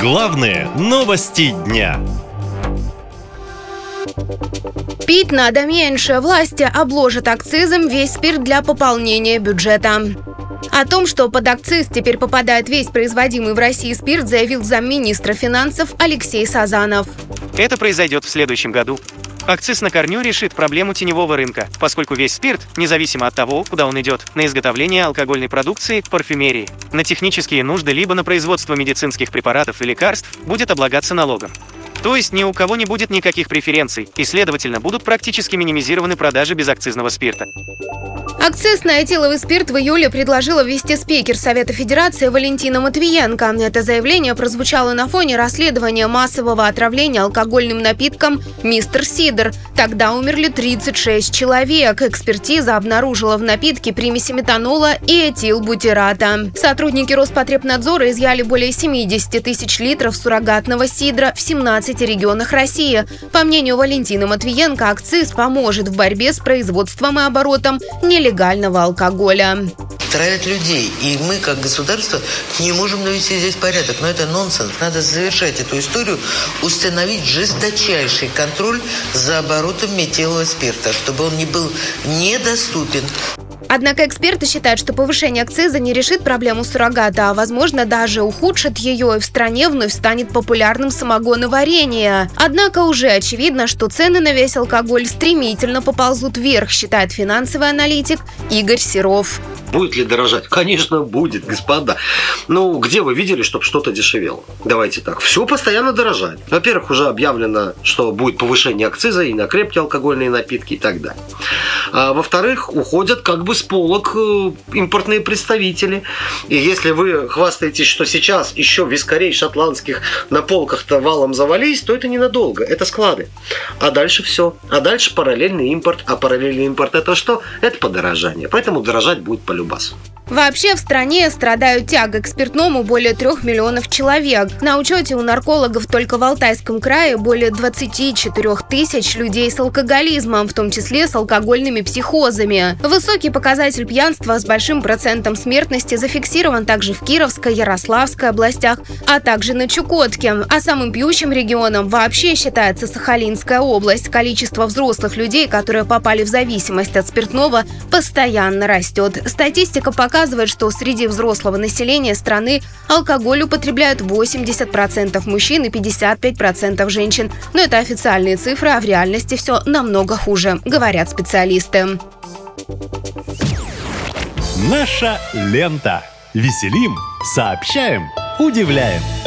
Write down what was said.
Главные новости дня. Пить надо меньше. Власти обложат акцизом весь спирт для пополнения бюджета. О том, что под акциз теперь попадает весь производимый в России спирт, заявил замминистра финансов Алексей Сазанов. Это произойдет в следующем году. Акциз на корню решит проблему теневого рынка, поскольку весь спирт, независимо от того, куда он идет, на изготовление алкогольной продукции, парфюмерии, на технические нужды либо на производство медицинских препаратов и лекарств, будет облагаться налогом. То есть ни у кого не будет никаких преференций, и, следовательно, будут практически минимизированы продажи безакцизного спирта. Акциз на этиловый спирт в июле предложила ввести спикер Совета Федерации Валентина Матвиенко. Это заявление прозвучало на фоне расследования массового отравления алкогольным напитком «Мистер Сидр». Тогда умерли 36 человек. Экспертиза обнаружила в напитке примеси метанола и этилбутирата. Сотрудники Роспотребнадзора изъяли более 70 тысяч литров суррогатного сидра в 17 регионах России. По мнению Валентина Матвиенко, акциз поможет в борьбе с производством и оборотом нелегального алкоголя. Травят людей, и мы, как государство, не можем навести здесь порядок. Но это нонсенс. Надо завершать эту историю, установить жесточайший контроль за оборотом метилового спирта, чтобы он не был недоступен. Однако эксперты считают, что повышение акциза не решит проблему суррогата, а, возможно, даже ухудшит ее, и в стране вновь станет популярным самогоноварение. Однако уже очевидно, что цены на весь алкоголь стремительно поползут вверх, считает финансовый аналитик Игорь Серов. Будет ли дорожать? Конечно, будет, господа. Ну, где вы видели, чтобы что-то дешевело? Давайте так. Все постоянно дорожает. Во-первых, уже объявлено, что будет повышение акциза и на крепкие алкогольные напитки и так далее. А во-вторых, уходят как бы с полок импортные представители. И если вы хвастаетесь, что сейчас еще вискарей шотландских на полках-то валом завались, то это ненадолго. Это склады. А дальше все. А дальше параллельный импорт. А параллельный импорт это что? Это подорожание. Поэтому дорожать будет по-любому. Вообще в стране страдают тягой к спиртному более 3 миллионов человек. На учете у наркологов только в Алтайском крае более 24 тысяч людей с алкоголизмом, в том числе с алкогольными психозами. Высокий показатель пьянства с большим процентом смертности зафиксирован также в Кировской, Ярославской областях, а также на Чукотке. А самым пьющим регионом вообще считается Сахалинская область. Количество взрослых людей, которые попали в зависимость от спиртного, постоянно растет. Статистика показывает, что среди взрослого населения страны алкоголь употребляют 80% мужчин и 55% женщин. Но это официальные цифры, а в реальности все намного хуже, говорят специалисты. Наша лента. Веселим, сообщаем, удивляем.